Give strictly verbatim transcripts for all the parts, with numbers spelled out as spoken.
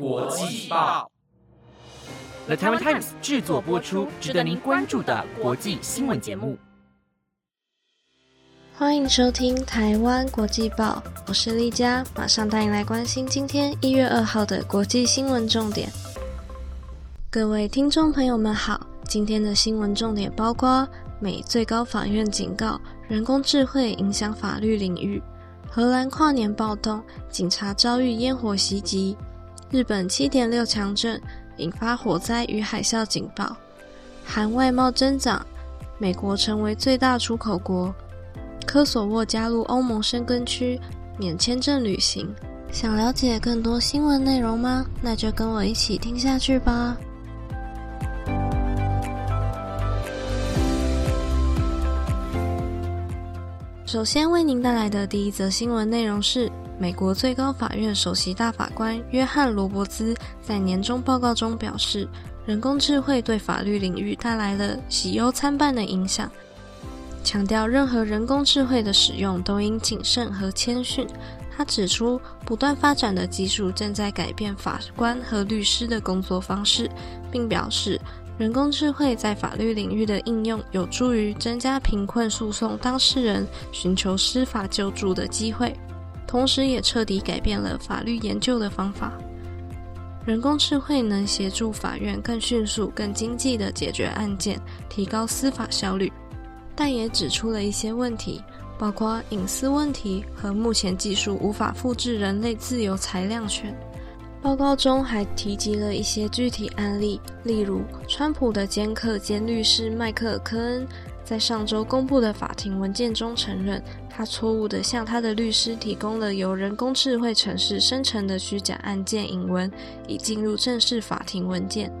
国际报 The Taiwan Times 制作播出，值得您关注的国际新闻节目。 欢迎收听台湾国际报，我是丽佳，马上带您来关心今天一月二号的国际新闻重点。各位听众朋友们好，今天的新闻重点包括：美最高法院警告人工智慧影响法律领域；荷兰跨年暴动，警察遭遇烟火袭击；日本 七点六 强震引发火灾与海啸警报；韩外贸增长，美国成为最大出口国；科索沃加入欧盟申根区，免签证旅行。想了解更多新闻内容吗？那就跟我一起听下去吧。首先为您带来的第一则新闻内容是，美国最高法院首席大法官约翰·罗伯兹在年终报告中表示，人工智慧对法律领域带来了喜忧参半的影响，强调任何人工智慧的使用都应谨慎和谦逊。他指出，不断发展的技术正在改变法官和律师的工作方式，并表示人工智慧在法律领域的应用有助于增加贫困诉讼当事人寻求司法救助的机会，同时也彻底改变了法律研究的方法。人工智慧能协助法院更迅速、更经济地解决案件，提高司法效率，但也指出了一些问题，包括隐私问题和目前技术无法复制人类自由裁量权。报告中还提及了一些具体案例，例如川普的监客兼律师迈克尔·科恩在上周公布的法庭文件中承认，他错误地向他的律师提供了由人工智慧程式生成的虚假案件引文，以进入正式法庭文件。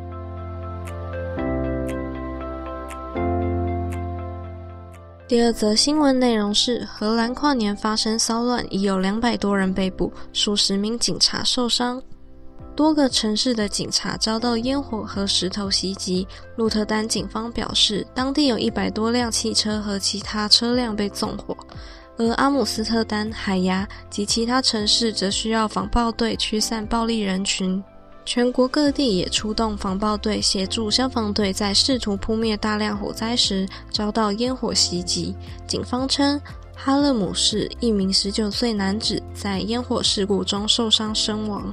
第二则新闻内容是，荷兰跨年发生骚乱，已有两百多人被捕，数十名警察受伤。多个城市的警察遭到烟火和石头袭击。鹿特丹警方表示，当地有一百多辆汽车和其他车辆被纵火，而阿姆斯特丹、海牙及其他城市则需要防暴队驱散暴力人群。全国各地也出动防暴队协助消防队在试图扑灭大量火灾时遭到烟火袭击。警方称，哈勒姆市一名十九岁男子在烟火事故中受伤身亡。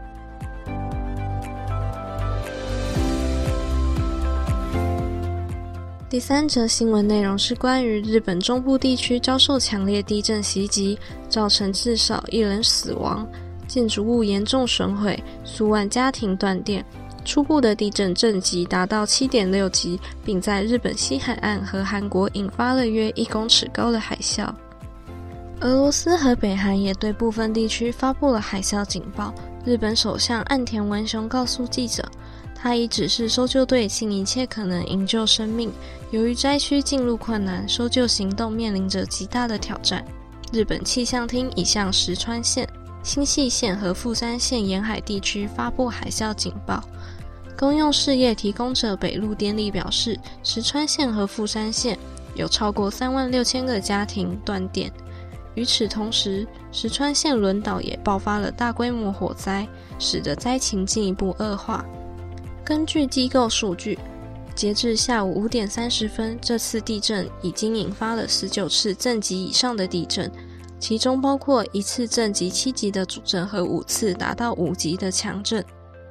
第三则新闻内容是关于日本中部地区遭受强烈地震袭击，造成至少一人死亡，建筑物严重损毁，数万家庭断电。初步的地震震级达到 七点六 级，并在日本西海岸和韩国引发了约一公尺高的海啸。俄罗斯和北韩也对部分地区发布了海啸警报。日本首相岸田文雄告诉记者，他已指示搜救队尽一切可能营救生命。由于灾区进入困难，搜救行动面临着极大的挑战。日本气象厅已向石川县、新泻县和富山县沿海地区发布海啸警报。公用事业提供者北陆电力表示，石川县和富山县有超过三万六千个家庭断电。与此同时，石川县轮岛也爆发了大规模火灾，使得灾情进一步恶化。根据机构数据，截至下午五点三十分，这次地震已经引发了十九次震级以上的地震，其中包括一次震级七级的主震和五次达到五级的强震。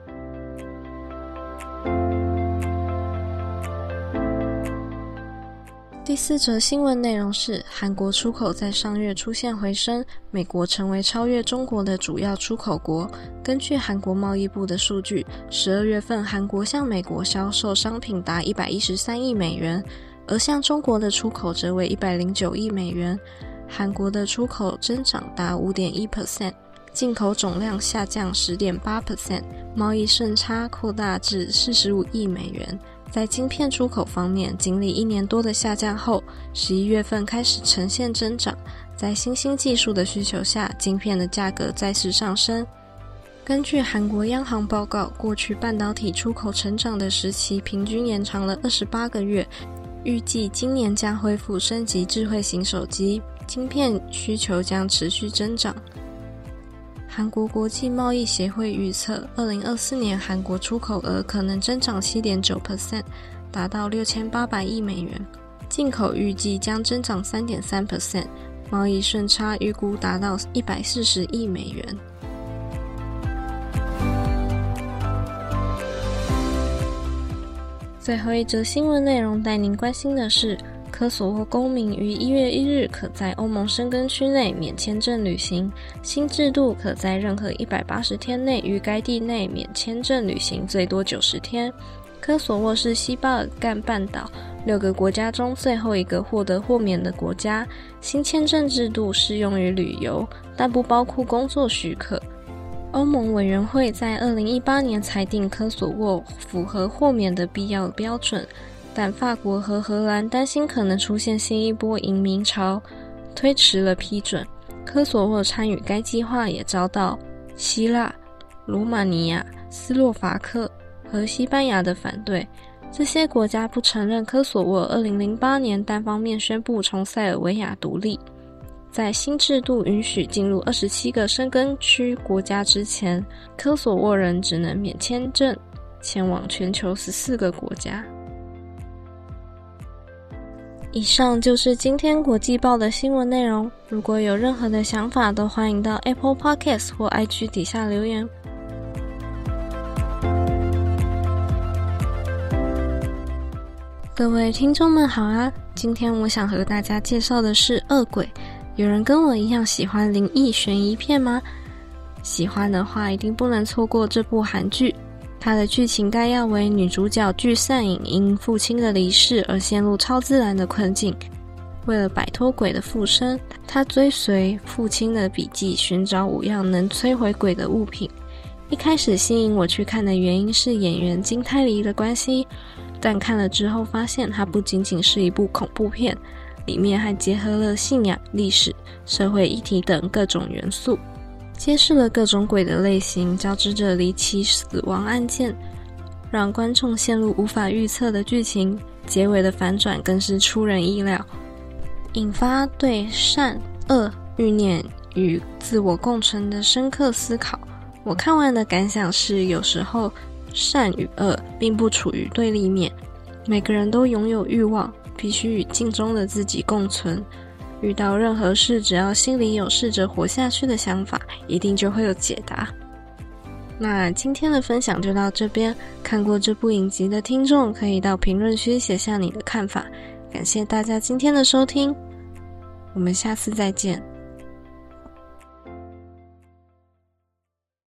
第四则新闻内容是，韩国出口在上月出现回升，美国成为超越中国的主要出口国。根据韩国贸易部的数据，十二月份韩国向美国销售商品达一百一十三亿美元，而向中国的出口则为一百零九亿美元。韩国的出口增长达 百分之五点一， 进口总量下降 百分之十点八， 贸易顺差扩大至四十五亿美元。在晶片出口方面，经历一年多的下降后，十一月份开始呈现增长。在新兴技术的需求下，晶片的价格再次上升。根据韩国央行报告，过去半导体出口成长的时期平均延长了二十八个月，预计今年将恢复升级智慧型手机，晶片需求将持续增长。 韩国国际贸易协会预测，二零二四年韩国出口额可能增长 百分之七点九， 达到六千八百亿美元，进口预计将增长 百分之三点三， 贸易顺差预估达到一百四十亿美元。最后一则新闻内容带您关心的是，科索沃公民于一月一日可在欧盟申根区内免签证旅行，新制度可在任何一百八十天内于该地内免签证旅行，最多九十天。科索沃是西巴尔干半岛六个国家中最后一个获得豁免的国家，新签证制度适用于旅游，但不包括工作许可。欧盟委员会在二零一八年裁定科索沃符合豁免的必要标准，但法国和荷兰担心可能出现新一波移民潮，推迟了批准。科索沃参与该计划也遭到希腊、罗马尼亚、斯洛伐克和西班牙的反对，这些国家不承认科索沃二零零八年单方面宣布从塞尔维亚独立。在新制度允许进入二十七个申根区国家之前，科索沃人只能免签证前往全球十四个国家。以上就是今天国际报的新闻内容，如果有任何的想法，都欢迎到 Apple Podcast 或 I G 底下留言。各位听众们好啊，今天我想和大家介绍的是恶鬼。有人跟我一样喜欢灵异悬疑片吗？喜欢的话一定不能错过这部韩剧。它的剧情概要为女主角具善颖因父亲的离世而陷入超自然的困境，为了摆脱鬼的附身，她追随父亲的笔记寻找五样能摧毁鬼的物品。一开始吸引我去看的原因是演员金泰梨的关系，但看了之后发现它不仅仅是一部恐怖片，里面还结合了信仰、历史、社会议题等各种元素，揭示了各种鬼的类型，交织着离奇死亡案件，让观众陷入无法预测的剧情，结尾的反转更是出人意料，引发对善恶、欲念与自我共存的深刻思考。我看完的感想是，有时候善与恶并不处于对立面，每个人都拥有欲望，必须与镜中的自己共存。遇到任何事，只要心里有试着活下去的想法，一定就会有解答。那今天的分享就到这边，看过这部影集的听众可以到评论区写下你的看法。感谢大家今天的收听，我们下次再见。